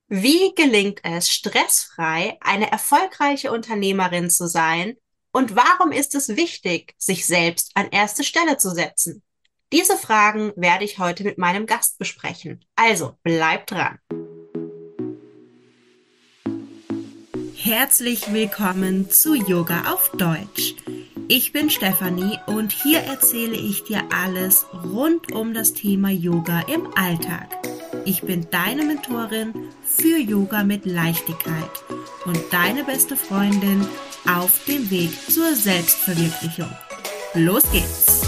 Wie gelingt es, stressfrei eine erfolgreiche Unternehmerin zu sein? Und warum ist es wichtig, sich selbst an erste Stelle zu setzen? Diese Fragen werde ich heute mit meinem Gast besprechen. Also bleibt dran. Herzlich willkommen zu Yoga auf Deutsch. Ich bin Stefanie und hier erzähle ich dir alles rund um das Thema Yoga im Alltag. Ich bin deine Mentorin für Yoga mit Leichtigkeit und deine beste Freundin auf dem Weg zur Selbstverwirklichung. Los geht's!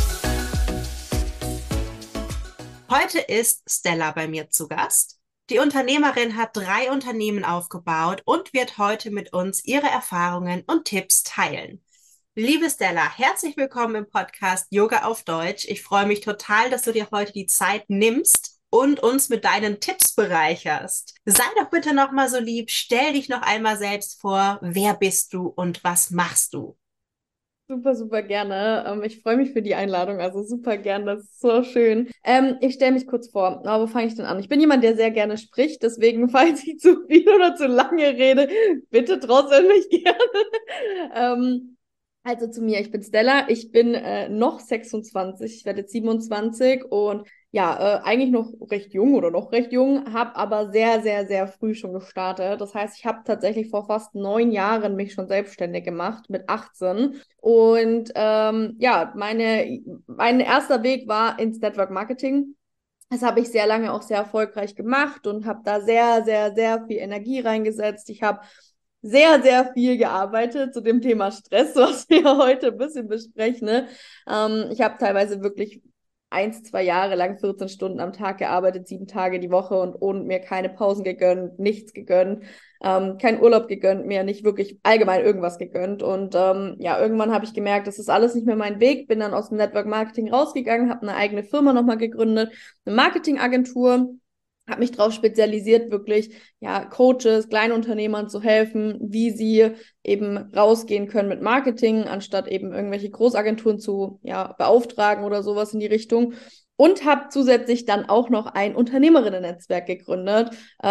Heute ist Stella bei mir zu Gast. Die Unternehmerin hat 3 Unternehmen aufgebaut und wird heute mit uns ihre Erfahrungen und Tipps teilen. Liebe Stella, herzlich willkommen im Podcast Yoga auf Deutsch. Ich freue mich total, dass du dir heute die Zeit nimmst und uns mit deinen Tipps bereicherst. Sei doch bitte noch mal so lieb, stell dich noch einmal selbst vor. Wer bist du und was machst du? Super, super gerne. Ich freue mich für die Einladung, also super gern, das ist so schön. Ich stelle mich kurz vor, aber wo fange ich denn an? Ich bin jemand, der sehr gerne spricht, deswegen, falls ich zu viel oder zu lange rede, bitte trotzdem mich gerne. Also zu mir, ich bin Stella, ich bin noch 26, ich werde jetzt 27 und ja, eigentlich noch recht jung oder noch recht jung, habe aber sehr, sehr, sehr früh schon gestartet. Das heißt, ich habe tatsächlich vor fast 9 Jahren mich schon selbstständig gemacht, mit 18. Und ja, mein erster Weg war ins Network Marketing. Das habe ich sehr lange auch sehr erfolgreich gemacht und habe da sehr, sehr, sehr viel Energie reingesetzt. Ich habe sehr, sehr viel gearbeitet zu dem Thema Stress, was wir ja heute ein bisschen besprechen. Ne? Ich habe teilweise wirklich 1, 2 Jahre lang 14 Stunden am Tag gearbeitet, 7 Tage die Woche und mir keine Pausen gegönnt, nichts gegönnt, kein Urlaub gegönnt, mir nicht wirklich allgemein irgendwas gegönnt. Und ja, irgendwann habe ich gemerkt, das ist alles nicht mehr mein Weg, bin dann aus dem Network Marketing rausgegangen, habe eine eigene Firma nochmal gegründet, eine Marketingagentur, habe mich darauf spezialisiert, wirklich ja Coaches, Kleinunternehmern zu helfen, wie sie eben rausgehen können mit Marketing, anstatt eben irgendwelche Großagenturen zu ja, beauftragen oder sowas in die Richtung. Und habe zusätzlich dann auch noch ein Unternehmerinnen-Netzwerk gegründet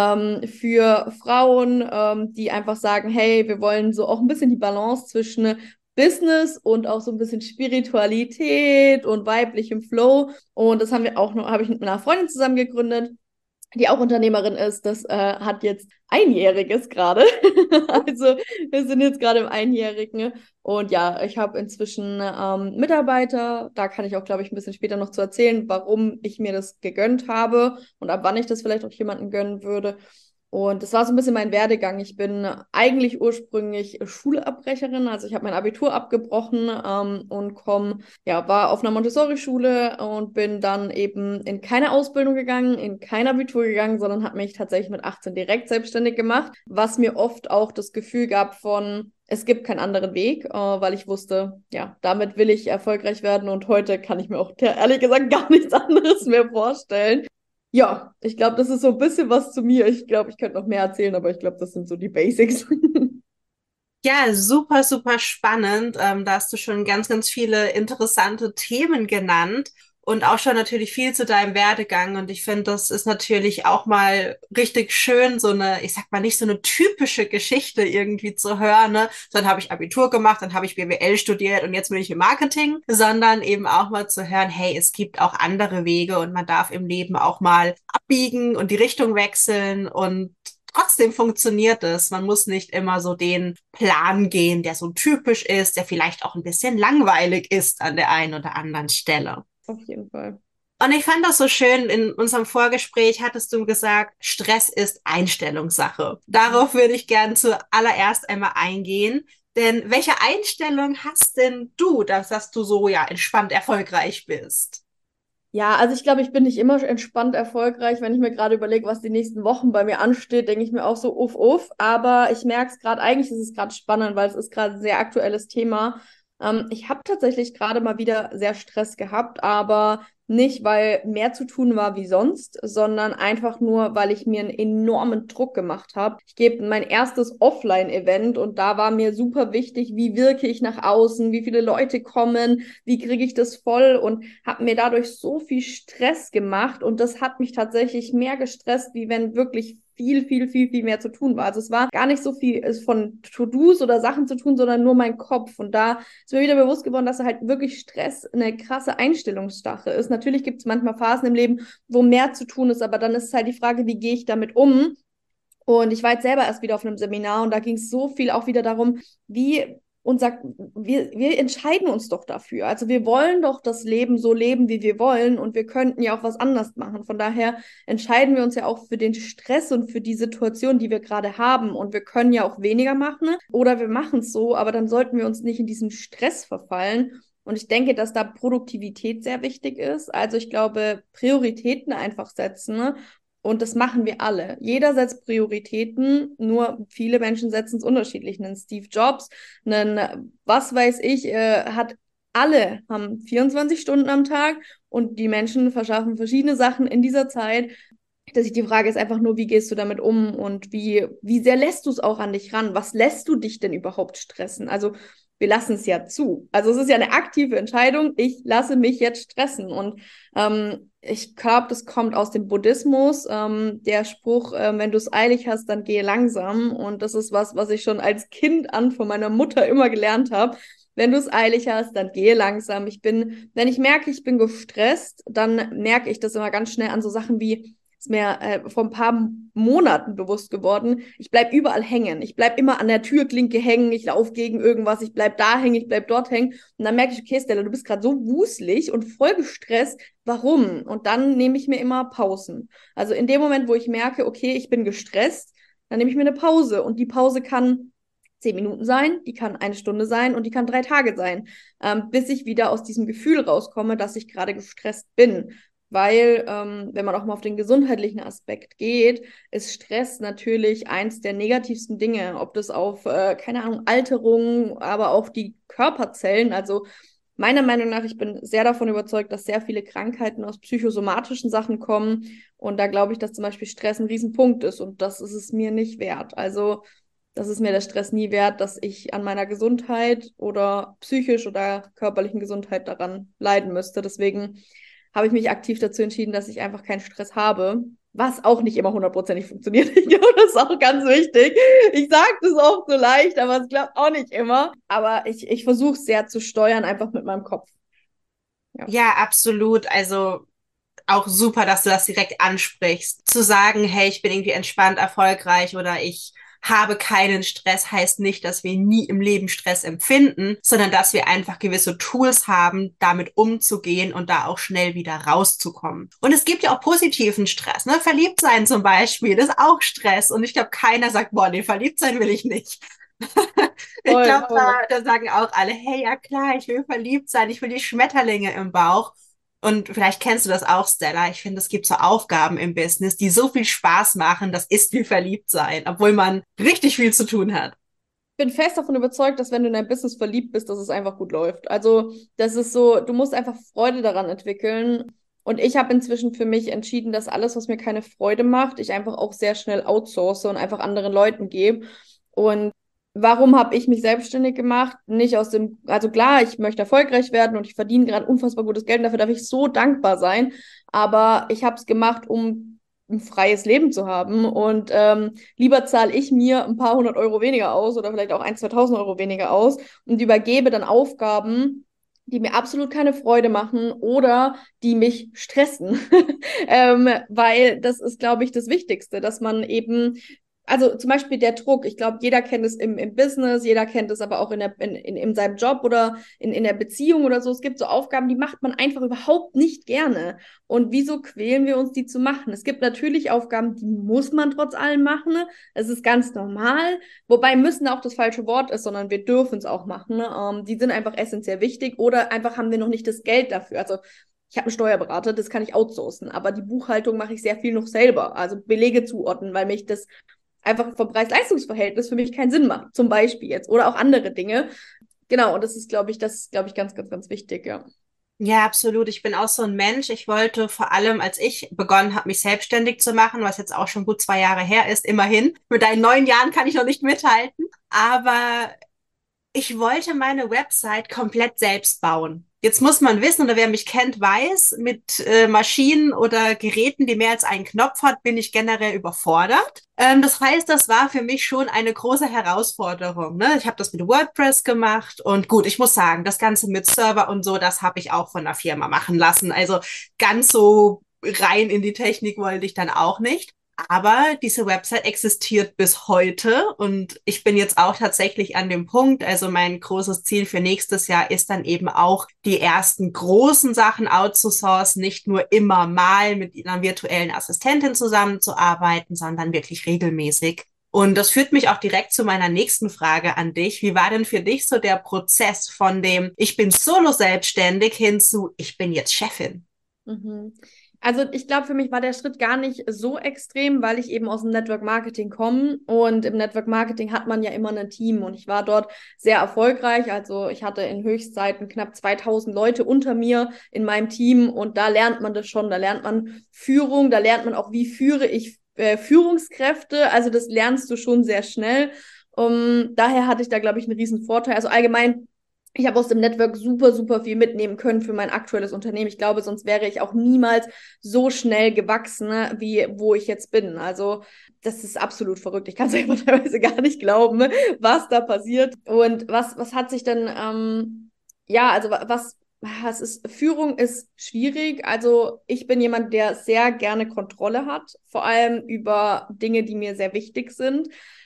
für Frauen, die einfach sagen, hey, wir wollen so auch ein bisschen die Balance zwischen Business und auch so ein bisschen Spiritualität und weiblichem Flow. Und das habe ich mit meiner Freundin zusammen gegründet, die auch Unternehmerin ist. Das hat jetzt Einjähriges gerade. Also wir sind jetzt gerade im Einjährigen. Und ja, ich habe inzwischen Mitarbeiter. Da kann ich auch, glaube ich, ein bisschen später noch zu erzählen, warum ich mir das gegönnt habe und ab wann ich das vielleicht auch jemandem gönnen würde. Und das war so ein bisschen mein Werdegang. Ich bin eigentlich ursprünglich Schulabbrecherin, also ich habe mein Abitur abgebrochen und war auf einer Montessori-Schule und bin dann eben in keine Ausbildung gegangen, in kein Abitur gegangen, sondern habe mich tatsächlich mit 18 direkt selbstständig gemacht, was mir oft auch das Gefühl gab von, es gibt keinen anderen Weg, weil ich wusste, ja, damit will ich erfolgreich werden und heute kann ich mir auch ehrlich gesagt gar nichts anderes mehr vorstellen. Ja, ich glaube, das ist so ein bisschen was zu mir. Ich glaube, ich könnte noch mehr erzählen, aber ich glaube, das sind so die Basics. Ja, super, super spannend. Da hast du schon ganz, ganz viele interessante Themen genannt und auch schon natürlich viel zu deinem Werdegang. Und ich finde, das ist natürlich auch mal richtig schön, so eine, ich sag mal, nicht so eine typische Geschichte irgendwie zu hören, ne? Dann habe ich Abitur gemacht, dann habe ich BWL studiert und jetzt bin ich im Marketing, sondern eben auch mal zu hören, hey, es gibt auch andere Wege und man darf im Leben auch mal abbiegen und die Richtung wechseln und trotzdem funktioniert es. Man muss nicht immer so den Plan gehen, der so typisch ist, der vielleicht auch ein bisschen langweilig ist an der einen oder anderen Stelle. Auf jeden Fall. Und ich fand das so schön, in unserem Vorgespräch hattest du gesagt, Stress ist Einstellungssache. Darauf würde ich gern zuallererst einmal eingehen. Denn welche Einstellung hast denn du, dass du so ja entspannt erfolgreich bist? Ja, also ich glaube, ich bin nicht immer entspannt erfolgreich. Wenn ich mir gerade überlege, was die nächsten Wochen bei mir ansteht, denke ich mir auch so, uff, uff. Aber ich merke es gerade, eigentlich ist es gerade spannend, weil es ist gerade ein sehr aktuelles Thema. Ich habe tatsächlich gerade mal wieder sehr Stress gehabt, aber Nicht, weil mehr zu tun war wie sonst, sondern einfach nur, weil ich mir einen enormen Druck gemacht habe. Ich gebe mein erstes Offline-Event und da war mir super wichtig, wie wirke ich nach außen, wie viele Leute kommen, wie kriege ich das voll und habe mir dadurch so viel Stress gemacht und das hat mich tatsächlich mehr gestresst, wie wenn wirklich viel mehr zu tun war. Also es war gar nicht so viel von To-Dos oder Sachen zu tun, sondern nur mein Kopf. Und da ist mir wieder bewusst geworden, dass halt wirklich Stress eine krasse Einstellungssache ist. Natürlich gibt es manchmal Phasen im Leben, wo mehr zu tun ist, aber dann ist es halt die Frage, wie gehe ich damit um? Und ich war jetzt selber erst wieder auf einem Seminar und da ging es so viel auch wieder darum, wie unser, wir entscheiden uns doch dafür. Also wir wollen doch das Leben so leben, wie wir wollen und wir könnten ja auch was anders machen. Von daher entscheiden wir uns ja auch für den Stress und für die Situation, die wir gerade haben. Und wir können ja auch weniger machen oder wir machen es so, aber dann sollten wir uns nicht in diesen Stress verfallen. Und ich denke, dass da Produktivität sehr wichtig ist. Also ich glaube, Prioritäten einfach setzen, ne? Und das machen wir alle. Jeder setzt Prioritäten, nur viele Menschen setzen es unterschiedlich. Einen Steve Jobs, einen, was weiß ich, alle haben 24 Stunden am Tag und die Menschen verschaffen verschiedene Sachen in dieser Zeit. Die Frage ist einfach nur, wie gehst du damit um und wie sehr lässt du es auch an dich ran? Was lässt du dich denn überhaupt stressen? Also wir lassen es ja zu. Also es ist ja eine aktive Entscheidung. Ich lasse mich jetzt stressen. Und ich glaube, das kommt aus dem Buddhismus. Der Spruch, wenn du es eilig hast, dann gehe langsam. Und das ist was ich schon als Kind an von meiner Mutter immer gelernt habe. Wenn du es eilig hast, dann gehe langsam. Wenn ich merke, ich bin gestresst, dann merke ich das immer ganz schnell an so Sachen wie, ist mir vor ein paar Monaten bewusst geworden, ich bleib überall hängen. Ich bleib immer an der Türklinke hängen, ich laufe gegen irgendwas, ich bleib da hängen, ich bleib dort hängen. Und dann merke ich, okay, Stella, du bist gerade so wuselig und voll gestresst. Warum? Und dann nehme ich mir immer Pausen. Also in dem Moment, wo ich merke, okay, ich bin gestresst, dann nehme ich mir eine Pause. Und die Pause kann 10 Minuten sein, die kann eine Stunde sein und die kann 3 Tage sein, bis ich wieder aus diesem Gefühl rauskomme, dass ich gerade gestresst bin. Weil, wenn man auch mal auf den gesundheitlichen Aspekt geht, ist Stress natürlich eins der negativsten Dinge. Ob das auf, keine Ahnung, Alterung, aber auch die Körperzellen. Also meiner Meinung nach, ich bin sehr davon überzeugt, dass sehr viele Krankheiten aus psychosomatischen Sachen kommen. Und da glaube ich, dass zum Beispiel Stress ein Riesenpunkt ist. Und das ist es mir nicht wert. Also das ist mir der Stress nie wert, dass ich an meiner Gesundheit oder psychisch oder körperlichen Gesundheit daran leiden müsste. Deswegen habe ich mich aktiv dazu entschieden, dass ich einfach keinen Stress habe, was auch nicht immer hundertprozentig funktioniert. Ich glaube, das ist auch ganz wichtig. Ich sage das oft so leicht, aber es klappt auch nicht immer. Aber ich versuche es sehr zu steuern, einfach mit meinem Kopf. Ja. Ja, absolut. Also auch super, dass du das direkt ansprichst. Zu sagen, hey, ich bin irgendwie entspannt, erfolgreich oder ich habe keinen Stress, heißt nicht, dass wir nie im Leben Stress empfinden, sondern dass wir einfach gewisse Tools haben, damit umzugehen und da auch schnell wieder rauszukommen. Und es gibt ja auch positiven Stress, ne? Verliebt sein zum Beispiel, das ist auch Stress. Und ich glaube, keiner sagt, boah, nee, verliebt sein will ich nicht. Ich Voll, glaube, voll. da sagen auch alle, hey, ja klar, ich will verliebt sein, ich will die Schmetterlinge im Bauch. Und vielleicht kennst du das auch, Stella. Ich finde, es gibt so Aufgaben im Business, die so viel Spaß machen, das ist wie verliebt sein, obwohl man richtig viel zu tun hat. Ich bin fest davon überzeugt, dass wenn du in dein Business verliebt bist, dass es einfach gut läuft. Also, das ist so, du musst einfach Freude daran entwickeln. Und ich habe inzwischen für mich entschieden, dass alles, was mir keine Freude macht, ich einfach auch sehr schnell outsource und einfach anderen Leuten gebe. Und warum habe ich mich selbstständig gemacht? Nicht aus dem, also klar, ich möchte erfolgreich werden und ich verdiene gerade unfassbar gutes Geld und dafür darf ich so dankbar sein. Aber ich habe es gemacht, um ein freies Leben zu haben. Und lieber zahle ich mir ein paar hundert Euro weniger aus oder vielleicht auch 1.000, 2.000 Euro weniger aus und übergebe dann Aufgaben, die mir absolut keine Freude machen oder die mich stressen. Weil das ist, glaube ich, das Wichtigste, dass man eben, also zum Beispiel der Druck, ich glaube, jeder kennt es im Business, jeder kennt es aber auch in seinem Job oder in der Beziehung oder so. Es gibt so Aufgaben, die macht man einfach überhaupt nicht gerne. Und wieso quälen wir uns, die zu machen? Es gibt natürlich Aufgaben, die muss man trotz allem machen. Ne? Es ist ganz normal. Wobei müssen auch das falsche Wort ist, sondern wir dürfen es auch machen. Ne? Die sind einfach essentiell wichtig oder einfach haben wir noch nicht das Geld dafür. Also ich habe einen Steuerberater, das kann ich outsourcen, aber die Buchhaltung mache ich sehr viel noch selber. Also Belege zuordnen, weil mich das einfach vom Preis-Leistungs-Verhältnis für mich keinen Sinn macht, zum Beispiel jetzt. Oder auch andere Dinge. Genau, und das ist, glaube ich, ganz, ganz wichtig, ja. Ja, absolut. Ich bin auch so ein Mensch. Ich wollte vor allem, als ich begonnen habe, mich selbstständig zu machen, was jetzt auch schon gut 2 Jahre her ist, immerhin. Mit deinen 9 Jahren kann ich noch nicht mithalten. Aber ich wollte meine Website komplett selbst bauen. Jetzt muss man wissen, oder wer mich kennt, weiß, mit Maschinen oder Geräten, die mehr als einen Knopf hat, bin ich generell überfordert. Das heißt, das war für mich schon eine große Herausforderung. Ne? Ich habe das mit WordPress gemacht und gut, ich muss sagen, das Ganze mit Server und so, das habe ich auch von der Firma machen lassen. Also ganz so rein in die Technik wollte ich dann auch nicht. Aber diese Website existiert bis heute und ich bin jetzt auch tatsächlich an dem Punkt, also mein großes Ziel für nächstes Jahr ist dann eben auch, die ersten großen Sachen outzusourcen, nicht nur immer mal mit einer virtuellen Assistentin zusammenzuarbeiten, sondern wirklich regelmäßig. Und das führt mich auch direkt zu meiner nächsten Frage an dich. Wie war denn für dich so der Prozess von dem, ich bin solo selbstständig hin zu, ich bin jetzt Chefin? Mhm. Also ich glaube, für mich war der Schritt gar nicht so extrem, weil ich eben aus dem Network Marketing komme und im Network Marketing hat man ja immer ein Team und ich war dort sehr erfolgreich. Also ich hatte in Höchstzeiten knapp 2000 Leute unter mir in meinem Team und da lernt man das schon, da lernt man Führung, da lernt man auch, wie führe ich Führungskräfte. Also das lernst du schon sehr schnell. Daher hatte ich da, glaube ich, einen riesen Vorteil. Also allgemein ich habe aus dem Network super, super viel mitnehmen können für mein aktuelles Unternehmen. Ich glaube, sonst wäre ich auch niemals so schnell gewachsen, ne, wie wo ich jetzt bin. Also das ist absolut verrückt. Ich kann es einfach teilweise gar nicht glauben, ne, was da passiert. Und was hat sich denn, ja, also was ist, Führung ist schwierig. Also ich bin jemand, der sehr gerne Kontrolle hat, vor allem über Dinge, die mir sehr wichtig sind.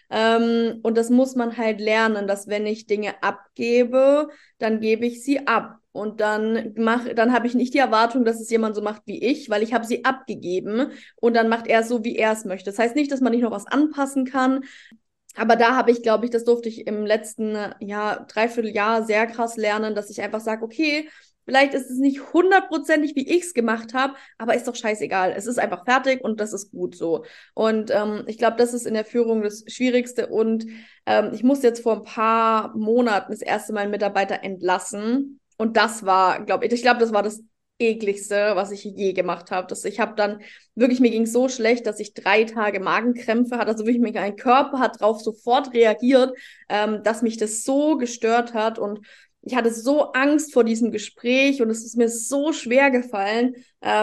Und das muss man halt lernen, dass wenn ich Dinge abgebe, dann gebe ich sie ab. Und dann habe ich nicht die Erwartung, dass es jemand so macht wie ich, weil ich habe sie abgegeben und dann macht er es so, wie er es möchte. Das heißt nicht, dass man nicht noch was anpassen kann, aber da habe ich, glaube ich, das durfte ich im letzten Jahr, Dreivierteljahr sehr krass lernen, dass ich einfach sage, okay, vielleicht ist es nicht hundertprozentig, wie ich es gemacht habe, aber ist doch scheißegal. Es ist einfach fertig und das ist gut so. Und ich glaube, das ist in der Führung das Schwierigste. Und ich musste jetzt vor ein paar Monaten das erste Mal einen Mitarbeiter entlassen. Und das war, ich glaube, das war das ekligste, was ich je gemacht habe. Ich habe dann wirklich, mir ging es so schlecht, dass ich 3 Tage Magenkrämpfe hatte. Also wirklich, mein Körper hat darauf sofort reagiert, dass mich das so gestört hat. Und ich hatte so Angst vor diesem Gespräch und es ist mir so schwer gefallen.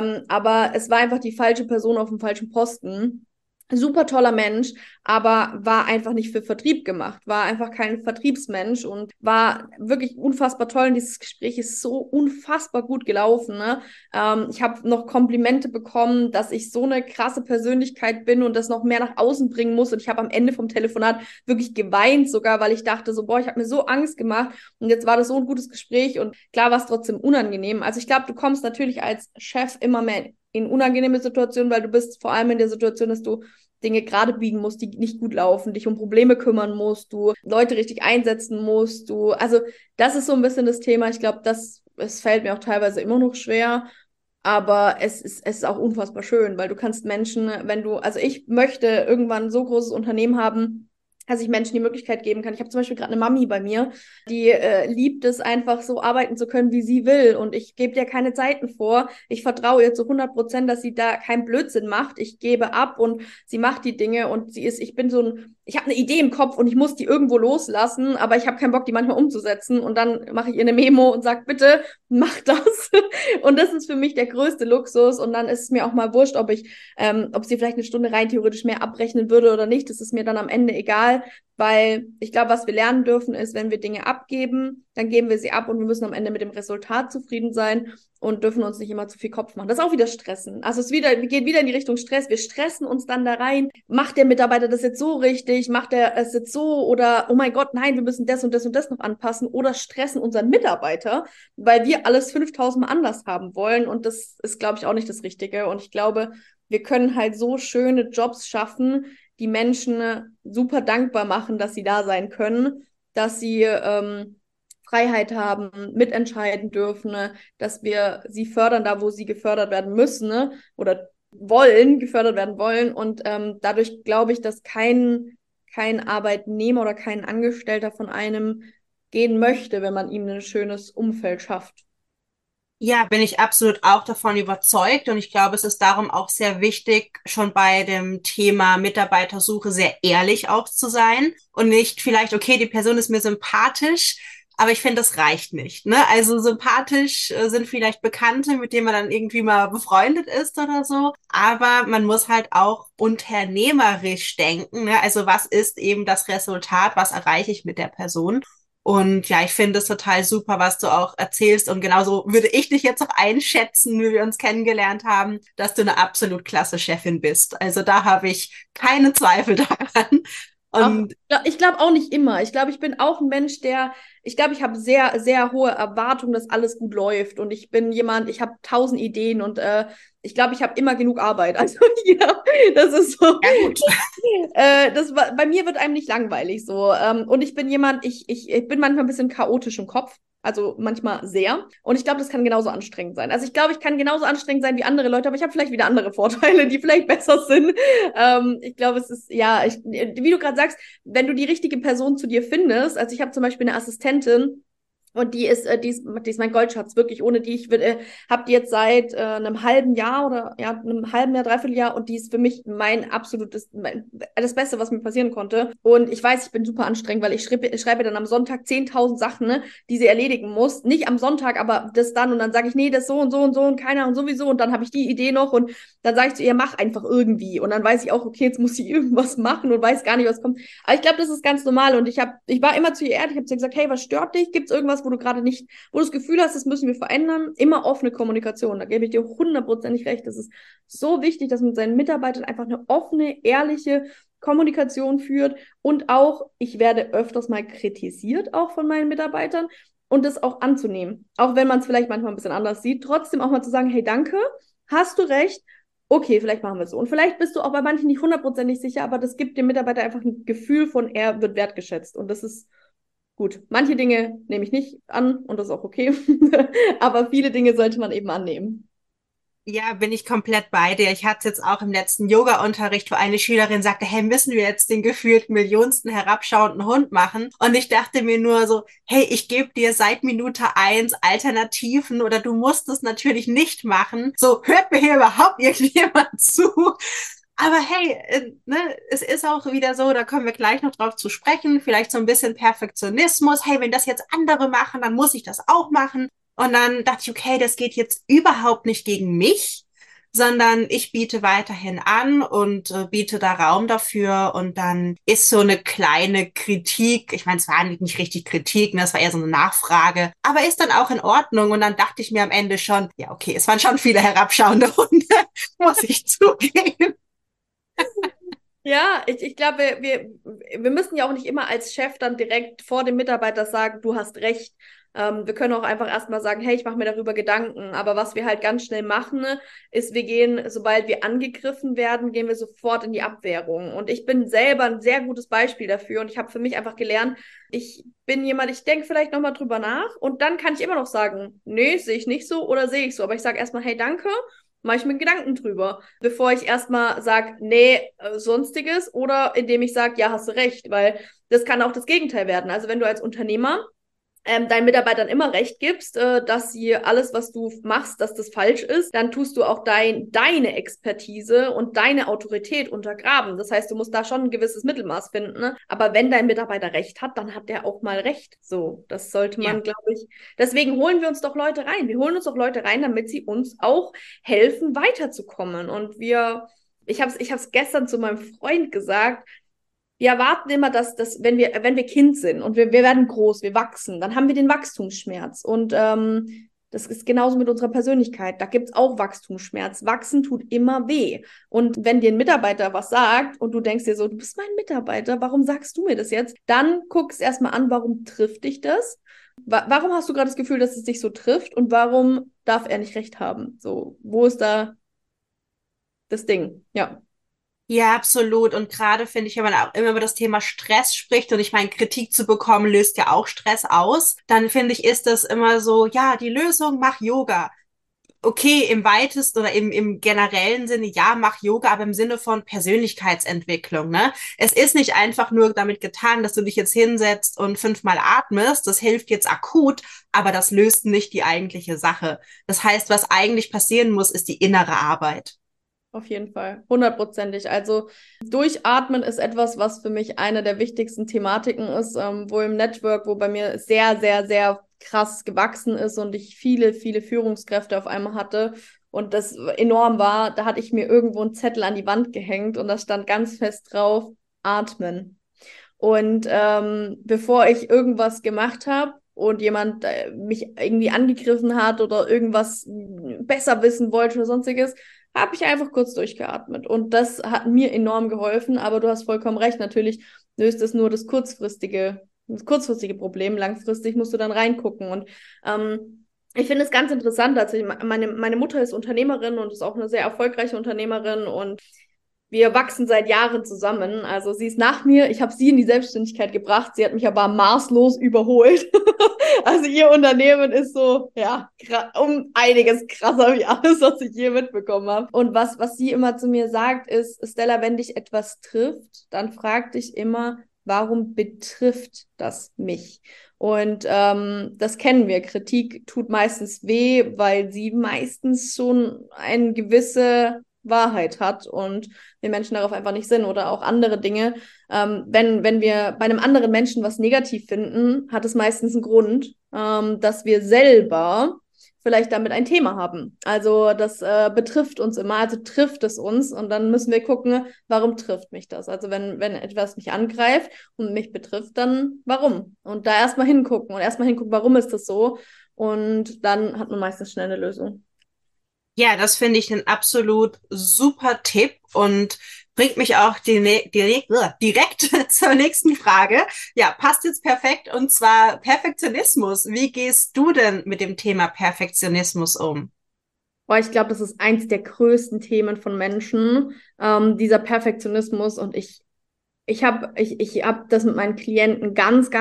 Aber es war einfach die falsche Person auf dem falschen Posten. Super toller Mensch, aber war einfach nicht für Vertrieb gemacht, war einfach kein Vertriebsmensch und war wirklich unfassbar toll. Und dieses Gespräch ist so unfassbar gut gelaufen. Ne? Ich habe noch Komplimente bekommen, dass ich so eine krasse Persönlichkeit bin und das noch mehr nach außen bringen muss. Und ich habe am Ende vom Telefonat wirklich geweint sogar, weil ich dachte so, boah, ich habe mir so Angst gemacht. Und jetzt war das so ein gutes Gespräch und klar war es trotzdem unangenehm. Also ich glaube, du kommst natürlich als Chef immer mehr in unangenehme Situationen, weil du bist vor allem in der Situation, dass du Dinge gerade biegen musst, die nicht gut laufen, dich um Probleme kümmern musst, du Leute richtig einsetzen musst, also das ist so ein bisschen das Thema. Ich glaube, es fällt mir auch teilweise immer noch schwer, aber es ist auch unfassbar schön, weil du kannst Menschen, also ich möchte irgendwann ein so großes Unternehmen haben, dass ich Menschen die Möglichkeit geben kann. Ich habe zum Beispiel gerade eine Mami bei mir, die liebt es einfach so arbeiten zu können, wie sie will. Und ich gebe dir keine Zeiten vor. Ich vertraue ihr zu 100%, dass sie da keinen Blödsinn macht. Ich gebe ab und sie macht die Dinge und ich habe eine Idee im Kopf und ich muss die irgendwo loslassen, aber ich habe keinen Bock, die manchmal umzusetzen. Und dann mache ich ihr eine Memo und sage, bitte, mach das. Und das ist für mich der größte Luxus. Und dann ist es mir auch mal wurscht, ob sie vielleicht eine Stunde rein theoretisch mehr abrechnen würde oder nicht. Das ist mir dann am Ende egal, weil ich glaube, was wir lernen dürfen, ist, wenn wir Dinge abgeben, dann geben wir sie ab und wir müssen am Ende mit dem Resultat zufrieden sein und dürfen uns nicht immer zu viel Kopf machen. Das ist auch wieder Stressen. Also wir gehen wieder in die Richtung Stress. Wir stressen uns dann da rein. Macht der Mitarbeiter das jetzt so richtig? Macht der es jetzt so? Oder, oh mein Gott, nein, wir müssen das und das und das noch anpassen. Oder stressen unseren Mitarbeiter, weil wir alles 5000 Mal anders haben wollen. Und das ist, glaube ich, auch nicht das Richtige. Und ich glaube, wir können halt so schöne Jobs schaffen, die Menschen super dankbar machen, dass sie da sein können, dass sie Freiheit haben, mitentscheiden dürfen, ne? Dass wir sie fördern, da wo sie gefördert werden müssen, ne? Oder gefördert werden wollen. Und dadurch glaube ich, dass kein Arbeitnehmer oder kein Angestellter von einem gehen möchte, wenn man ihm ein schönes Umfeld schafft. Ja, bin ich absolut auch davon überzeugt und ich glaube, es ist darum auch sehr wichtig, schon bei dem Thema Mitarbeitersuche sehr ehrlich auch zu sein und nicht vielleicht, okay, die Person ist mir sympathisch, aber ich finde, das reicht nicht, ne? Also sympathisch sind vielleicht Bekannte, mit denen man dann irgendwie mal befreundet ist oder so, aber man muss halt auch unternehmerisch denken, ne? Also was ist eben das Resultat, was erreiche ich mit der Person? Und ja, ich finde es total super, was du auch erzählst. Und genauso würde ich dich jetzt auch einschätzen, wie wir uns kennengelernt haben, dass du eine absolut klasse Chefin bist. Also da habe ich keine Zweifel daran. Auch, Und ich glaube auch nicht immer. Ich glaube, ich bin auch ein Mensch, ich glaube, ich habe sehr, sehr hohe Erwartungen, dass alles gut läuft. Und ich bin jemand, ich habe 1000 Ideen und ich glaube, ich habe immer genug Arbeit. Also ja, das ist so. ja gut. Bei mir wird einem nicht langweilig so. Und ich bin jemand, ich bin manchmal ein bisschen chaotisch im Kopf. Also manchmal sehr. Und ich glaube, das kann genauso anstrengend sein. Also ich glaube, ich kann genauso anstrengend sein wie andere Leute, aber ich habe vielleicht wieder andere Vorteile, die vielleicht besser sind. Ich glaube, es ist, ja, wie du gerade sagst, wenn du die richtige Person zu dir findest, also ich habe zum Beispiel eine Assistentin, und die ist mein Goldschatz, wirklich. Ohne die, habe die jetzt seit einem halben Jahr oder ja, einem halben Jahr, dreiviertel Jahr und die ist für mich das Beste, was mir passieren konnte. Und ich weiß, ich bin super anstrengend, weil ich schreibe dann am Sonntag 10.000 Sachen, ne, die sie erledigen muss. Nicht am Sonntag, aber das dann. Und dann sage ich, nee, das so und so und so und keiner und sowieso. Und dann habe ich die Idee noch und dann sage ich zu ihr, mach einfach irgendwie. Und dann weiß ich auch, okay, jetzt muss sie irgendwas machen und weiß gar nicht, was kommt. Aber ich glaube, das ist ganz normal. Und ich war immer zu ihr ehrlich, ich habe zu ihr gesagt, hey, was stört dich? Gibt es irgendwas, wo du gerade nicht, wo du das Gefühl hast, das müssen wir verändern? Immer offene Kommunikation. Da gebe ich dir hundertprozentig recht. Das ist so wichtig, dass man mit seinen Mitarbeitern einfach eine offene, ehrliche Kommunikation führt. Und auch, ich werde öfters mal kritisiert, auch von meinen Mitarbeitern. Und das auch anzunehmen. Auch wenn man es vielleicht manchmal ein bisschen anders sieht. Trotzdem auch mal zu sagen, hey, danke, hast du recht. Okay, vielleicht machen wir es so. Und vielleicht bist du auch bei manchen nicht hundertprozentig sicher, aber das gibt dem Mitarbeiter einfach ein Gefühl von, er wird wertgeschätzt. Und das ist gut. Manche Dinge nehme ich nicht an und das ist auch okay. Aber viele Dinge sollte man eben annehmen. Ja, bin ich komplett bei dir. Ich hatte es jetzt auch im letzten Yoga-Unterricht, wo eine Schülerin sagte, hey, müssen wir jetzt den gefühlt millionsten herabschauenden Hund machen? Und ich dachte mir nur so, hey, ich gebe dir seit Minute 1 Alternativen oder du musst es natürlich nicht machen. So, hört mir hier überhaupt irgendjemand zu? Aber hey, ne, es ist auch wieder so, da kommen wir gleich noch drauf zu sprechen, vielleicht so ein bisschen Perfektionismus. Hey, wenn das jetzt andere machen, dann muss ich das auch machen. Und dann dachte ich, okay, das geht jetzt überhaupt nicht gegen mich, sondern ich biete weiterhin an und biete da Raum dafür. Und dann ist so eine kleine Kritik, ich meine, es war nicht richtig Kritik, ne, es war eher so eine Nachfrage, aber ist dann auch in Ordnung. Und dann dachte ich mir am Ende schon, ja, okay, es waren schon viele herabschauende Hunde, muss ich zugeben. Ja, ich glaube, wir müssen ja auch nicht immer als Chef dann direkt vor dem Mitarbeiter sagen, du hast recht. Wir können auch einfach erstmal sagen, hey, ich mache mir darüber Gedanken. Aber was wir halt ganz schnell machen, ne, ist, wir gehen, sobald wir angegriffen werden, gehen wir sofort in die Abwehrung. Und ich bin selber ein sehr gutes Beispiel dafür. Und ich habe für mich einfach gelernt, ich bin jemand, ich denke vielleicht nochmal drüber nach und dann kann ich immer noch sagen, nee, sehe ich nicht so oder sehe ich so. Aber ich sage erstmal, hey, danke, mache ich mir Gedanken drüber, bevor ich erstmal sage, nee, sonstiges, oder indem ich sage, ja, hast du recht, weil das kann auch das Gegenteil werden. Also wenn du als Unternehmer deinen Mitarbeitern immer recht gibst, dass sie alles, was du machst, dass das falsch ist, dann tust du auch deine Expertise und deine Autorität untergraben. Das heißt, du musst da schon ein gewisses Mittelmaß finden. Ne? Aber wenn dein Mitarbeiter recht hat, dann hat er auch mal recht. So, das sollte Ja. man, glaube ich. Deswegen holen wir uns doch Leute rein. Wir holen uns doch Leute rein, damit sie uns auch helfen, weiterzukommen. Und ich hab's gestern zu meinem Freund gesagt, wir erwarten immer, dass wenn wir Kind sind und wir werden groß, wir wachsen, dann haben wir den Wachstumsschmerz. Und das ist genauso mit unserer Persönlichkeit. Da gibt es auch Wachstumsschmerz. Wachsen tut immer weh. Und wenn dir ein Mitarbeiter was sagt und du denkst dir so, du bist mein Mitarbeiter, warum sagst du mir das jetzt? Dann guckst erstmal an, warum trifft dich das? Warum hast du gerade das Gefühl, dass es dich so trifft? Und warum darf er nicht recht haben? So, wo ist da das Ding? Ja. Ja, absolut. Und gerade finde ich, wenn man auch immer über das Thema Stress spricht und ich meine, Kritik zu bekommen, löst ja auch Stress aus, dann finde ich, ist das immer so, ja, die Lösung, mach Yoga. okay, im weitesten oder im generellen Sinne, ja, mach Yoga, aber im Sinne von Persönlichkeitsentwicklung, ne? Es ist nicht einfach nur damit getan, dass du dich jetzt hinsetzt und 5-mal atmest. Das hilft jetzt akut, aber das löst nicht die eigentliche Sache. Das heißt, was eigentlich passieren muss, ist die innere Arbeit. Auf jeden Fall, 100%ig. Also Durchatmen ist etwas, was für mich eine der wichtigsten Thematiken ist, wo im Network, wo bei mir sehr, sehr, sehr krass gewachsen ist und ich viele, viele Führungskräfte auf einmal hatte und das enorm war. Da hatte ich mir irgendwo einen Zettel an die Wand gehängt und da stand ganz fest drauf, atmen. Und bevor ich irgendwas gemacht habe und jemand mich irgendwie angegriffen hat oder irgendwas besser wissen wollte oder sonstiges, habe ich einfach kurz durchgeatmet. Und das hat mir enorm geholfen. Aber du hast vollkommen recht, natürlich löst es nur das kurzfristige Problem. Langfristig musst du dann reingucken. Und ich finde es ganz interessant, also meine Mutter ist Unternehmerin und ist auch eine sehr erfolgreiche Unternehmerin und wir wachsen seit Jahren zusammen. Also sie ist nach mir, ich habe sie in die Selbstständigkeit gebracht, sie hat mich aber maßlos überholt. Also ihr Unternehmen ist so, ja, um einiges krasser wie alles, was ich je mitbekommen habe. Und was sie immer zu mir sagt, ist, Stella, wenn dich etwas trifft, dann frag dich immer, warum betrifft das mich? Und das kennen wir. Kritik tut meistens weh, weil sie meistens schon eine gewisse Wahrheit hat und wir Menschen darauf einfach nicht sind oder auch andere Dinge. Wenn wir bei einem anderen Menschen was negativ finden, hat es meistens einen Grund, dass wir selber vielleicht damit ein Thema haben. Also das betrifft uns immer, also trifft es uns und dann müssen wir gucken, warum trifft mich das? Also wenn etwas mich angreift und mich betrifft, dann warum? Und da erstmal hingucken und erstmal hingucken, warum ist das so? Und dann hat man meistens schnell eine Lösung. Ja, das finde ich einen absolut super Tipp und bringt mich auch direkt zur nächsten Frage. Ja, passt jetzt perfekt und zwar Perfektionismus. Wie gehst du denn mit dem Thema Perfektionismus um? Boah, ich glaube, das ist eins der größten Themen von Menschen, dieser Perfektionismus. Und ich hab das mit meinen Klienten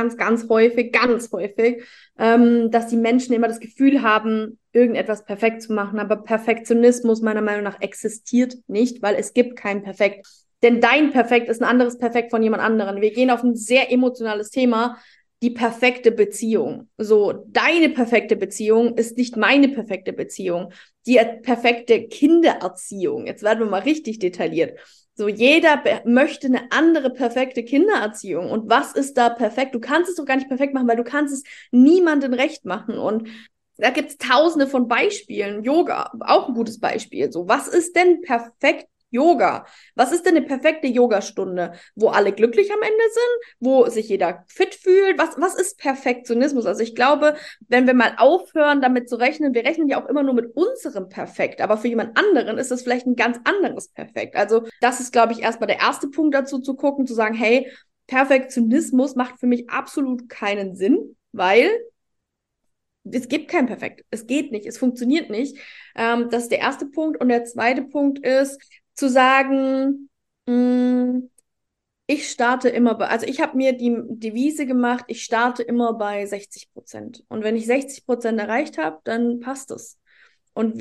ganz häufig, dass die Menschen immer das Gefühl haben, irgendetwas perfekt zu machen. Aber Perfektionismus meiner Meinung nach existiert nicht, weil es gibt kein Perfekt. Denn dein Perfekt ist ein anderes Perfekt von jemand anderem. Wir gehen auf ein sehr emotionales Thema, die perfekte Beziehung. So, deine perfekte Beziehung ist nicht meine perfekte Beziehung. Die perfekte Kindererziehung. Jetzt werden wir mal richtig detailliert. So, jeder möchte eine andere perfekte Kindererziehung. Und was ist da perfekt? Du kannst es doch gar nicht perfekt machen, weil du kannst es niemandem recht machen. Und da gibt es tausende von Beispielen. Yoga, auch ein gutes Beispiel. So, was ist denn perfekt Yoga? Was ist denn eine perfekte Yogastunde? Wo alle glücklich am Ende sind? Wo sich jeder fit fühlt? Was ist Perfektionismus? Also ich glaube, wenn wir mal aufhören, damit zu rechnen, wir rechnen ja auch immer nur mit unserem Perfekt, aber für jemand anderen ist das vielleicht ein ganz anderes Perfekt. Also das ist, glaube ich, erstmal der erste Punkt dazu zu gucken, zu sagen, hey, Perfektionismus macht für mich absolut keinen Sinn, weil es gibt kein Perfekt. Es geht nicht. Es funktioniert nicht. Das ist der erste Punkt. Und der zweite Punkt ist zu sagen, ich starte immer bei, also ich habe mir die Devise gemacht, ich starte immer bei 60%. Und wenn ich 60% erreicht habe, dann passt es. Und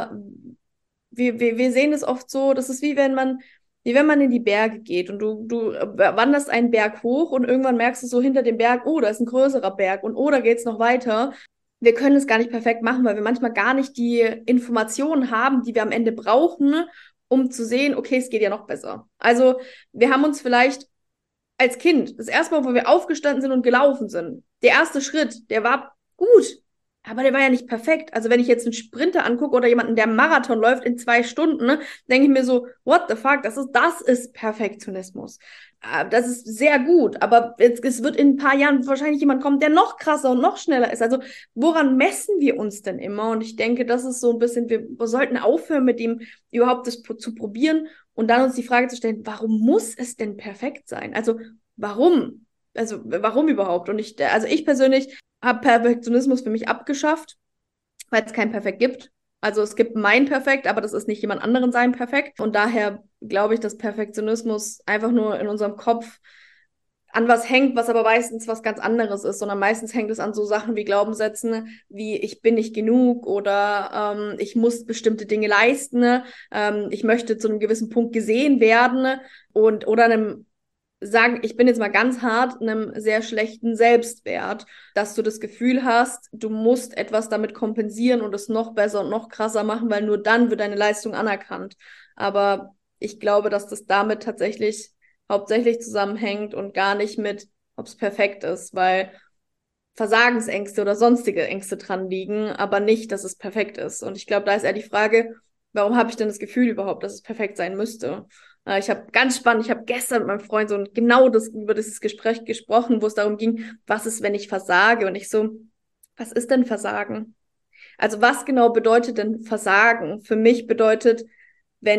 wir sehen es oft so, das ist wie wenn man in die Berge geht und du wanderst einen Berg hoch und irgendwann merkst du so hinter dem Berg, oh, da ist ein größerer Berg und oh, da geht's noch weiter. Wir können es gar nicht perfekt machen, weil wir manchmal gar nicht die Informationen haben, die wir am Ende brauchen, um zu sehen, okay, es geht ja noch besser. Also wir haben uns vielleicht als Kind, das erste Mal, wo wir aufgestanden sind und gelaufen sind, der erste Schritt, der war gut, aber der war ja nicht perfekt. Also wenn ich jetzt einen Sprinter angucke oder jemanden, der einen Marathon läuft in 2 Stunden, ne, denke ich mir so, what the fuck, das ist Perfektionismus. Das ist sehr gut, aber es wird in ein paar Jahren wahrscheinlich jemand kommen, der noch krasser und noch schneller ist. Also woran messen wir uns denn immer? Und ich denke, das ist so ein bisschen, wir sollten aufhören, mit dem überhaupt das zu probieren und dann uns die Frage zu stellen, warum muss es denn perfekt sein? Also warum? Also warum überhaupt? Und ich persönlich habe Perfektionismus für mich abgeschafft, weil es kein Perfekt gibt. Also es gibt mein Perfekt, aber das ist nicht jemand anderen sein Perfekt. Und daher glaube ich, dass Perfektionismus einfach nur in unserem Kopf an was hängt, was aber meistens was ganz anderes ist, sondern meistens hängt es an so Sachen wie Glaubenssätzen, wie ich bin nicht genug oder ich muss bestimmte Dinge leisten, ich möchte zu einem gewissen Punkt gesehen werden und oder einem sagen, ich bin jetzt mal ganz hart, einem sehr schlechten Selbstwert, dass du das Gefühl hast, du musst etwas damit kompensieren und es noch besser und noch krasser machen, weil nur dann wird deine Leistung anerkannt. Aber ich glaube, dass das damit tatsächlich hauptsächlich zusammenhängt und gar nicht mit, ob es perfekt ist, weil Versagensängste oder sonstige Ängste dran liegen, aber nicht, dass es perfekt ist. Und ich glaube, da ist eher die Frage, warum habe ich denn das Gefühl überhaupt, dass es perfekt sein müsste? Ich habe ganz spannend, ich habe gestern mit meinem Freund so genau über dieses Gespräch gesprochen, wo es darum ging, was ist, wenn ich versage? Und ich so, was ist denn Versagen? Also was genau bedeutet denn Versagen? Für mich bedeutet, wenn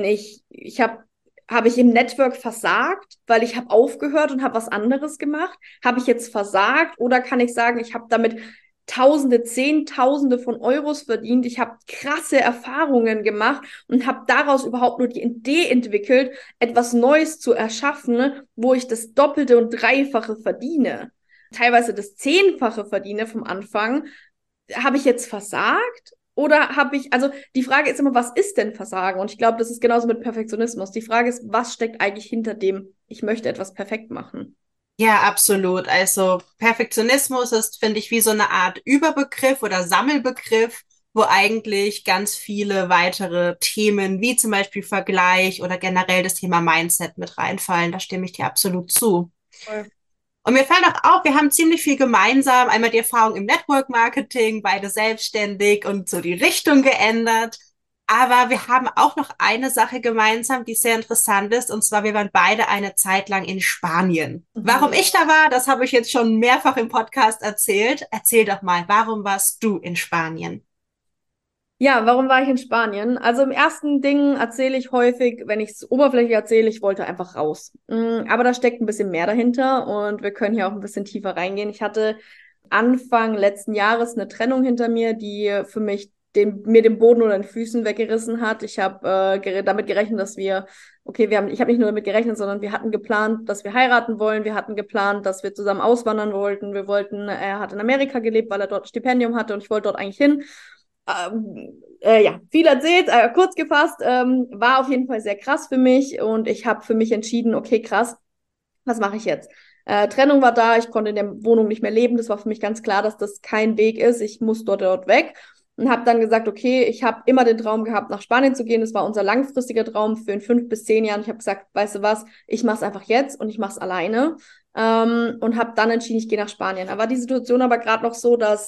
habe ich im Network versagt, weil ich habe aufgehört und habe was anderes gemacht? Habe ich jetzt versagt oder kann ich sagen, ich habe damit Tausende, Zehntausende von Euros verdient. Ich habe krasse Erfahrungen gemacht und habe daraus überhaupt nur die Idee entwickelt, etwas Neues zu erschaffen, wo ich das Doppelte und Dreifache verdiene. Teilweise das Zehnfache verdiene vom Anfang. Habe ich jetzt versagt? Oder habe ich, also die Frage ist immer, was ist denn Versagen? Und ich glaube, das ist genauso mit Perfektionismus. Die Frage ist, was steckt eigentlich hinter dem, ich möchte etwas perfekt machen? Ja, absolut. Also Perfektionismus ist, finde ich, wie so eine Art Überbegriff oder Sammelbegriff, wo eigentlich ganz viele weitere Themen, wie zum Beispiel Vergleich oder generell das Thema Mindset mit reinfallen. Da stimme ich dir absolut zu. Voll. Und mir fällt auch auf, wir haben ziemlich viel gemeinsam. Einmal die Erfahrung im Network Marketing, beide selbstständig und so die Richtung geändert. Aber wir haben auch noch eine Sache gemeinsam, die sehr interessant ist. Und zwar, wir waren beide eine Zeit lang in Spanien. Warum Mhm. ich da war, das habe ich jetzt schon mehrfach im Podcast erzählt. Erzähl doch mal, warum warst du in Spanien? Ja, warum war ich in Spanien? Also im ersten Ding erzähle ich häufig, wenn ich es oberflächlich erzähle, ich wollte einfach raus. Aber da steckt ein bisschen mehr dahinter und wir können hier auch ein bisschen tiefer reingehen. Ich hatte Anfang letzten Jahres eine Trennung hinter mir, die für mich mir den Boden unter den Füßen weggerissen hat. Ich habe damit gerechnet, dass ich habe nicht nur damit gerechnet, sondern wir hatten geplant, dass wir heiraten wollen. Wir hatten geplant, dass wir zusammen auswandern wollten. Er hat in Amerika gelebt, weil er dort ein Stipendium hatte und ich wollte dort eigentlich hin. Ja, viel erzählt, kurz gefasst, war auf jeden Fall sehr krass für mich und ich habe für mich entschieden, okay, krass, was mache ich jetzt? Trennung war da, ich konnte in der Wohnung nicht mehr leben, das war für mich ganz klar, dass das kein Weg ist, ich muss dort weg und habe dann gesagt, okay, ich habe immer den Traum gehabt, nach Spanien zu gehen, das war unser langfristiger Traum für in 5 bis 10 Jahren. Ich habe gesagt, weißt du was, ich mache es einfach jetzt und ich mache es alleine und habe dann entschieden, ich gehe nach Spanien. Da war die Situation aber gerade noch so, dass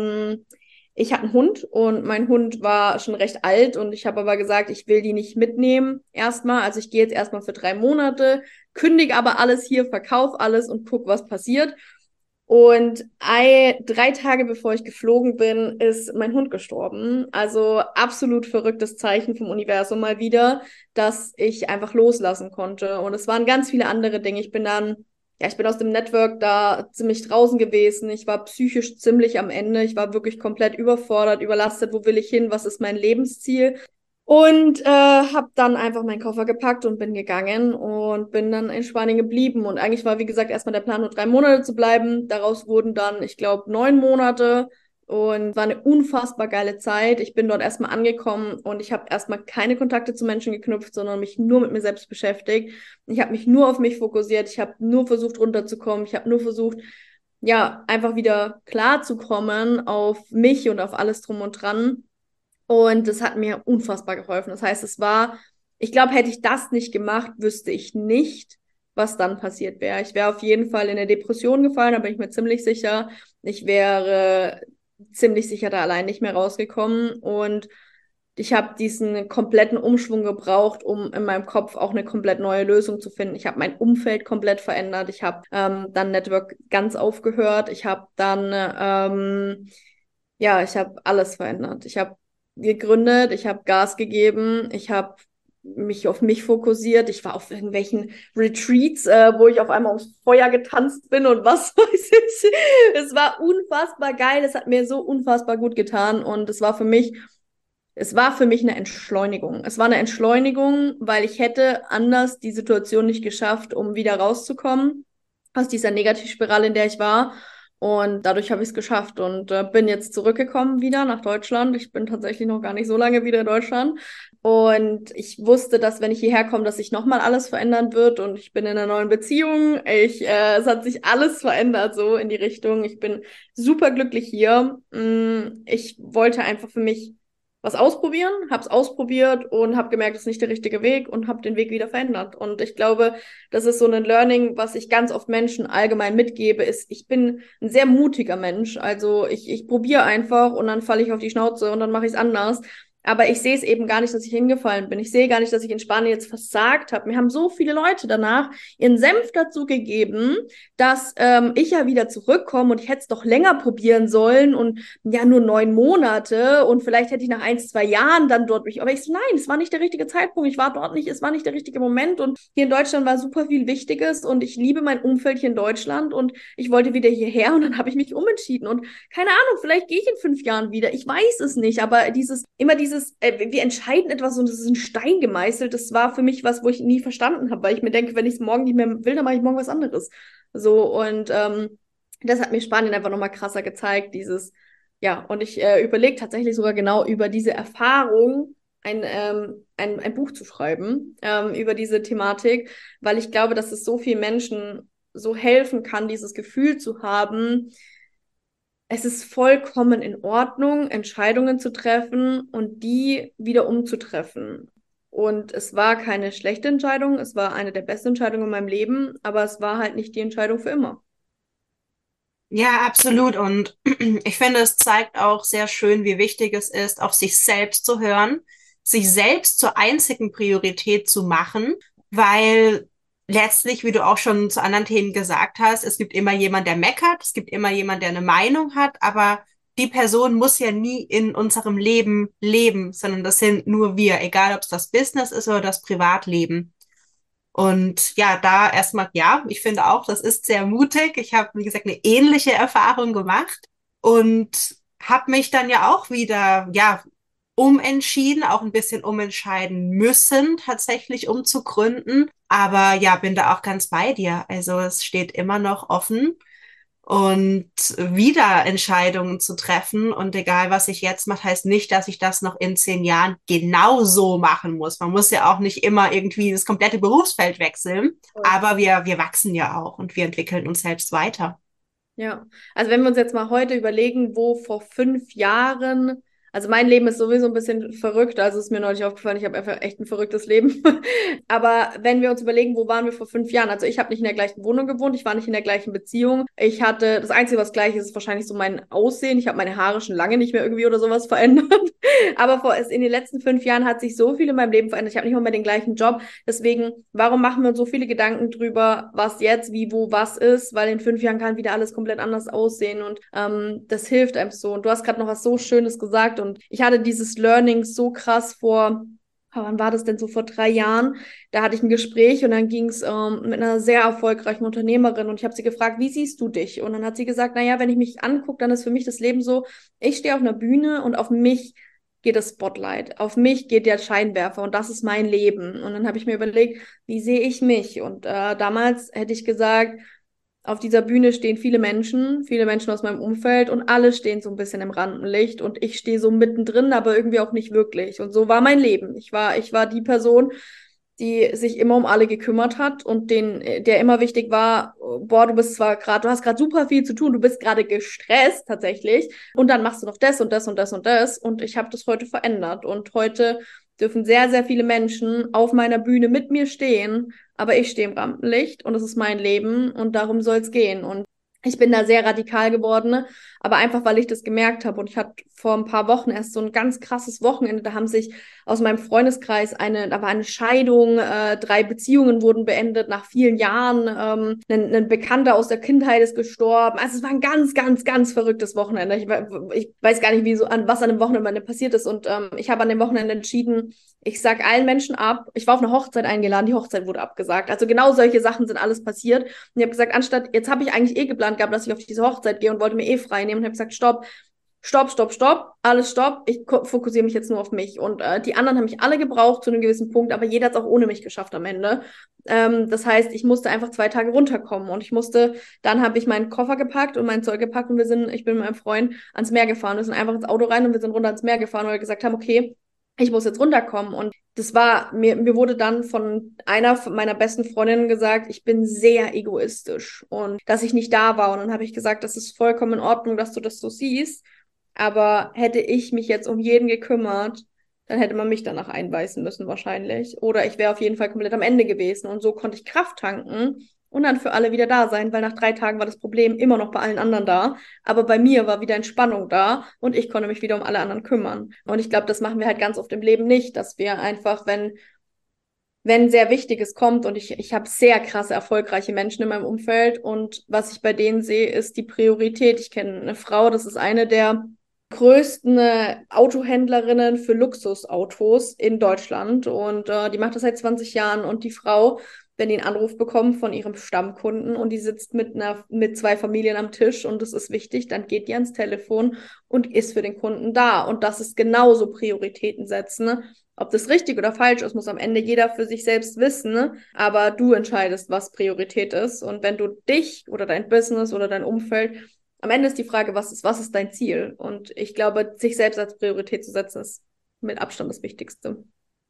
ich hatte einen Hund und mein Hund war schon recht alt und ich habe aber gesagt, ich will die nicht mitnehmen erstmal. Also ich gehe jetzt erstmal für 3 Monate, kündige aber alles hier, verkaufe alles und guck, was passiert. Und 3 Tage bevor ich geflogen bin, ist mein Hund gestorben. Also absolut verrücktes Zeichen vom Universum mal wieder, dass ich einfach loslassen konnte. Und es waren ganz viele andere Dinge. Ich bin aus dem Network da ziemlich draußen gewesen. Ich war psychisch ziemlich am Ende. Ich war wirklich komplett überfordert, überlastet. Wo will ich hin? Was ist mein Lebensziel? Und habe dann einfach meinen Koffer gepackt und bin gegangen und bin dann in Spanien geblieben. Und eigentlich war, wie gesagt, erstmal der Plan, nur 3 Monate zu bleiben. Daraus wurden dann, ich glaube, 9 Monate. Und war eine unfassbar geile Zeit. Ich bin dort erstmal angekommen und ich habe erstmal keine Kontakte zu Menschen geknüpft, sondern mich nur mit mir selbst beschäftigt. Ich habe mich nur auf mich fokussiert. Ich habe nur versucht, runterzukommen. Ich habe nur versucht, ja, einfach wieder klarzukommen auf mich und auf alles drum und dran. Und das hat mir unfassbar geholfen. Das heißt, ich glaube, hätte ich das nicht gemacht, wüsste ich nicht, was dann passiert wäre. Ich wäre auf jeden Fall in eine Depression gefallen, da bin ich mir ziemlich sicher. Ich wäre ziemlich sicher da allein nicht mehr rausgekommen. Und ich habe diesen kompletten Umschwung gebraucht, um in meinem Kopf auch eine komplett neue Lösung zu finden. Ich habe mein Umfeld komplett verändert. Ich habe dann Network ganz aufgehört. Ich habe alles verändert. Ich habe gegründet, ich habe Gas gegeben, ich habe mich auf mich fokussiert. Ich war auf irgendwelchen Retreats, wo ich auf einmal ums Feuer getanzt bin und was weiß ich. Es war unfassbar geil. Es hat mir so unfassbar gut getan und es war für mich eine Entschleunigung. Es war eine Entschleunigung, weil ich hätte anders die Situation nicht geschafft, um wieder rauszukommen. aus dieser Negativspirale, in der ich war. Und dadurch habe ich es geschafft und bin jetzt zurückgekommen wieder nach Deutschland. Ich bin tatsächlich noch gar nicht so lange wieder in Deutschland. Und ich wusste, dass wenn ich hierher komme, dass sich nochmal alles verändern wird. Und ich bin in einer neuen Beziehung. Es hat sich alles verändert so in die Richtung. Ich bin super glücklich hier. Ich wollte einfach für mich was ausprobieren, habe es ausprobiert und habe gemerkt, es ist nicht der richtige Weg und habe den Weg wieder verändert. Und ich glaube, das ist so ein Learning, was ich ganz oft Menschen allgemein mitgebe, ist, ich bin ein sehr mutiger Mensch. Also ich probiere einfach und dann falle ich auf die Schnauze und dann mache ich es anders. Aber ich sehe es eben gar nicht, dass ich hingefallen bin. Ich sehe gar nicht, dass ich in Spanien jetzt versagt habe. Mir haben so viele Leute danach ihren Senf dazu gegeben, dass ich ja wieder zurückkomme und ich hätte es doch länger probieren sollen und ja nur 9 Monate und vielleicht hätte ich nach 1, 2 Jahren dann dort mich. Aber ich so, nein, es war nicht der richtige Zeitpunkt. Ich war dort nicht, es war nicht der richtige Moment. Und hier in Deutschland war super viel Wichtiges und ich liebe mein Umfeld hier in Deutschland und ich wollte wieder hierher und dann habe ich mich umentschieden. Und keine Ahnung, vielleicht gehe ich in 5 Jahren wieder. Ich weiß es nicht, aber wir entscheiden etwas und es ist ein Stein gemeißelt, das war für mich was, wo ich nie verstanden habe, weil ich mir denke, wenn ich es morgen nicht mehr will, dann mache ich morgen was anderes. So, und das hat mir Spanien einfach nochmal krasser gezeigt, ja, und ich überlege tatsächlich sogar genau über diese Erfahrung ein Buch zu schreiben, über diese Thematik, weil ich glaube, dass es so vielen Menschen so helfen kann, dieses Gefühl zu haben, es ist vollkommen in Ordnung, Entscheidungen zu treffen und die wieder umzutreffen. Und es war keine schlechte Entscheidung, es war eine der besten Entscheidungen in meinem Leben, aber es war halt nicht die Entscheidung für immer. Ja, absolut. Und ich finde, es zeigt auch sehr schön, wie wichtig es ist, auf sich selbst zu hören, sich selbst zur einzigen Priorität zu machen, weil letztlich, wie du auch schon zu anderen Themen gesagt hast, es gibt immer jemand, der meckert, es gibt immer jemand, der eine Meinung hat, aber die Person muss ja nie in unserem Leben leben, sondern das sind nur wir, egal ob es das Business ist oder das Privatleben. Und ja, da erstmal, ja, ich finde auch, das ist sehr mutig. Ich habe, wie gesagt, eine ähnliche Erfahrung gemacht und habe mich dann ja auch wieder, ja, umentschieden, auch ein bisschen umentscheiden müssen, tatsächlich um zu gründen. Aber ja, bin da auch ganz bei dir. Also es steht immer noch offen und wieder Entscheidungen zu treffen. Und egal, was ich jetzt mache, heißt nicht, dass ich das noch in 10 Jahren genau so machen muss. Man muss ja auch nicht immer irgendwie das komplette Berufsfeld wechseln, aber wir wachsen ja auch und wir entwickeln uns selbst weiter. Ja, also wenn wir uns jetzt mal heute überlegen, wo vor 5 Jahren, also mein Leben ist sowieso ein bisschen verrückt, also ist mir neulich aufgefallen, ich habe einfach echt ein verrücktes Leben. Aber wenn wir uns überlegen, wo waren wir vor 5 Jahren? Also ich habe nicht in der gleichen Wohnung gewohnt, ich war nicht in der gleichen Beziehung. Ich hatte, das Einzige, was gleich ist, ist wahrscheinlich so mein Aussehen. Ich habe meine Haare schon lange nicht mehr irgendwie oder sowas verändert. Aber in den letzten 5 Jahren hat sich so viel in meinem Leben verändert. Ich habe nicht mal mehr den gleichen Job. Deswegen, warum machen wir uns so viele Gedanken drüber, was jetzt, wie, wo, was ist? Weil in 5 Jahren kann wieder alles komplett anders aussehen und das hilft einem so. Und du hast gerade noch was so Schönes gesagt und ich hatte dieses Learning so krass wann war das denn so vor 3 Jahren? Da hatte ich ein Gespräch und dann ging es mit einer sehr erfolgreichen Unternehmerin und ich habe sie gefragt, wie siehst du dich? Und dann hat sie gesagt, naja, wenn ich mich angucke, dann ist für mich das Leben so, ich stehe auf einer Bühne und auf mich geht das Spotlight. Auf mich geht der Scheinwerfer und das ist mein Leben. Und dann habe ich mir überlegt, wie sehe ich mich? Und damals hätte ich gesagt, auf dieser Bühne stehen viele Menschen aus meinem Umfeld und alle stehen so ein bisschen im Rampenlicht und ich stehe so mittendrin, aber irgendwie auch nicht wirklich. Und so war mein Leben. Ich war die Person, die sich immer um alle gekümmert hat und der immer wichtig war, boah, du hast gerade super viel zu tun, du bist gerade gestresst tatsächlich und dann machst du noch das und das und das und das und ich habe das heute verändert und heute dürfen sehr, sehr viele Menschen auf meiner Bühne mit mir stehen, aber ich stehe im Rampenlicht und es ist mein Leben und darum soll es gehen und ich bin da sehr radikal geworden, ne? Aber einfach, weil ich das gemerkt habe. Und ich hatte vor ein paar Wochen erst so ein ganz krasses Wochenende. Da haben sich aus meinem Freundeskreis da war eine Scheidung, 3 Beziehungen wurden beendet nach vielen Jahren. Ein Bekannter aus der Kindheit ist gestorben. Also es war ein ganz, ganz, ganz verrücktes Wochenende. Ich weiß gar nicht, was an dem Wochenende passiert ist. Und ich habe an dem Wochenende entschieden, ich sag allen Menschen ab. Ich war auf eine Hochzeit eingeladen, die Hochzeit wurde abgesagt. Also genau solche Sachen sind alles passiert. Und ich habe gesagt, jetzt habe ich eigentlich geplant gehabt, dass ich auf diese Hochzeit gehe und wollte mir frei nehmen und habe gesagt, stopp, stopp, stopp, stopp, alles stopp, ich fokussiere mich jetzt nur auf mich. Und die anderen haben mich alle gebraucht zu einem gewissen Punkt, aber jeder hat es auch ohne mich geschafft am Ende. Das heißt, ich musste einfach 2 Tage runterkommen und dann habe ich meinen Koffer gepackt und mein Zeug gepackt und ich bin mit meinem Freund ans Meer gefahren. Wir sind einfach ins Auto rein und wir sind runter ans Meer gefahren, weil wir gesagt haben, okay, ich muss jetzt runterkommen. Und mir wurde dann von einer von meiner besten Freundinnen gesagt, ich bin sehr egoistisch und dass ich nicht da war. Und dann habe ich gesagt, das ist vollkommen in Ordnung, dass du das so siehst. Aber hätte ich mich jetzt um jeden gekümmert, dann hätte man mich danach einweisen müssen wahrscheinlich. Oder ich wäre auf jeden Fall komplett am Ende gewesen. Und so konnte ich Kraft tanken und dann für alle wieder da sein, weil nach 3 Tagen war das Problem immer noch bei allen anderen da. Aber bei mir war wieder Entspannung da und ich konnte mich wieder um alle anderen kümmern. Und ich glaube, das machen wir halt ganz oft im Leben nicht, dass wir einfach, wenn sehr Wichtiges kommt und ich habe sehr krasse, erfolgreiche Menschen in meinem Umfeld und was ich bei denen sehe, ist die Priorität. Ich kenne eine Frau, das ist eine der größten Autohändlerinnen für Luxusautos in Deutschland und die macht das seit 20 Jahren und die Frau, wenn die einen Anruf bekommt von ihrem Stammkunden und die sitzt mit 2 Familien am Tisch und es ist wichtig, dann geht die ans Telefon und ist für den Kunden da und das ist genauso Prioritäten setzen, ne? Ob das richtig oder falsch ist, muss am Ende jeder für sich selbst wissen, ne? Aber du entscheidest, was Priorität ist. Und wenn du dich oder dein Business oder dein Umfeld, am Ende ist die Frage, was ist dein Ziel? Und ich glaube, sich selbst als Priorität zu setzen, ist mit Abstand das Wichtigste.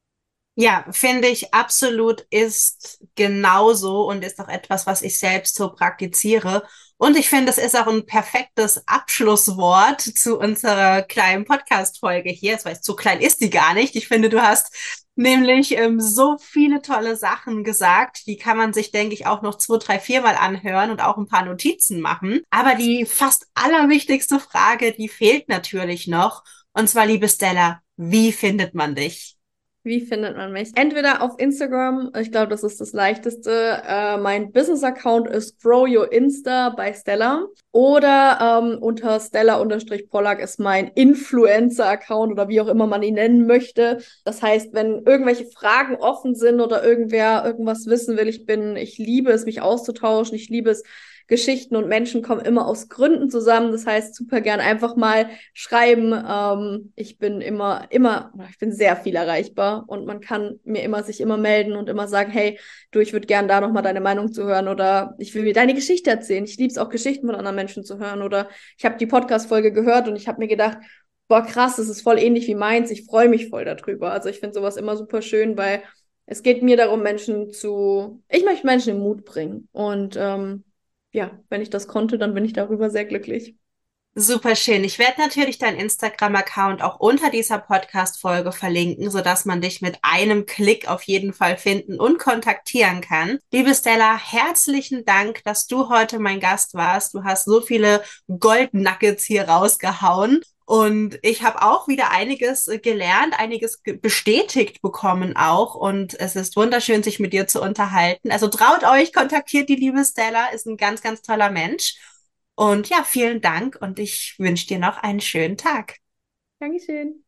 Ja, finde ich absolut ist genauso und ist auch etwas, was ich selbst so praktiziere. Und ich finde, es ist auch ein perfektes Abschlusswort zu unserer kleinen Podcast-Folge hier. Das heißt, so klein ist die gar nicht. Ich finde, du hast nämlich so viele tolle Sachen gesagt. Die kann man sich, denke ich, auch noch 2, 3, 4 Mal anhören und auch ein paar Notizen machen. Aber die fast allerwichtigste Frage, die fehlt natürlich noch. Und zwar, liebe Stella, wie findet man dich? Wie findet man mich? Entweder auf Instagram, ich glaube, das ist das Leichteste. Mein Business-Account ist Grow Your Insta bei Stella. Oder unter Stella-Pollack ist mein Influencer-Account oder wie auch immer man ihn nennen möchte. Das heißt, wenn irgendwelche Fragen offen sind oder irgendwer irgendwas wissen will, ich liebe es, mich auszutauschen. Ich liebe es, Geschichten und Menschen kommen immer aus Gründen zusammen. Das heißt, super gern einfach mal schreiben. Ich bin ich bin sehr viel erreichbar und man kann sich immer melden und immer sagen, hey, du, ich würde gern da nochmal deine Meinung zu hören oder ich will mir deine Geschichte erzählen. Ich liebe es auch, Geschichten von anderen Menschen zu hören oder ich habe die Podcast-Folge gehört und ich habe mir gedacht, boah, krass, das ist voll ähnlich wie meins. Ich freue mich voll darüber. Also ich finde sowas immer super schön, weil es geht mir darum, ich möchte Menschen in Mut bringen und ja, wenn ich das konnte, dann bin ich darüber sehr glücklich. Super schön. Ich werde natürlich deinen Instagram-Account auch unter dieser Podcast-Folge verlinken, sodass man dich mit einem Klick auf jeden Fall finden und kontaktieren kann. Liebe Stella, herzlichen Dank, dass du heute mein Gast warst. Du hast so viele Gold-Nuggets hier rausgehauen. Und ich habe auch wieder einiges gelernt, einiges bestätigt bekommen auch. Und es ist wunderschön, sich mit dir zu unterhalten. Also traut euch, kontaktiert die liebe Stella, ist ein ganz, ganz toller Mensch. Und ja, vielen Dank und ich wünsche dir noch einen schönen Tag. Dankeschön.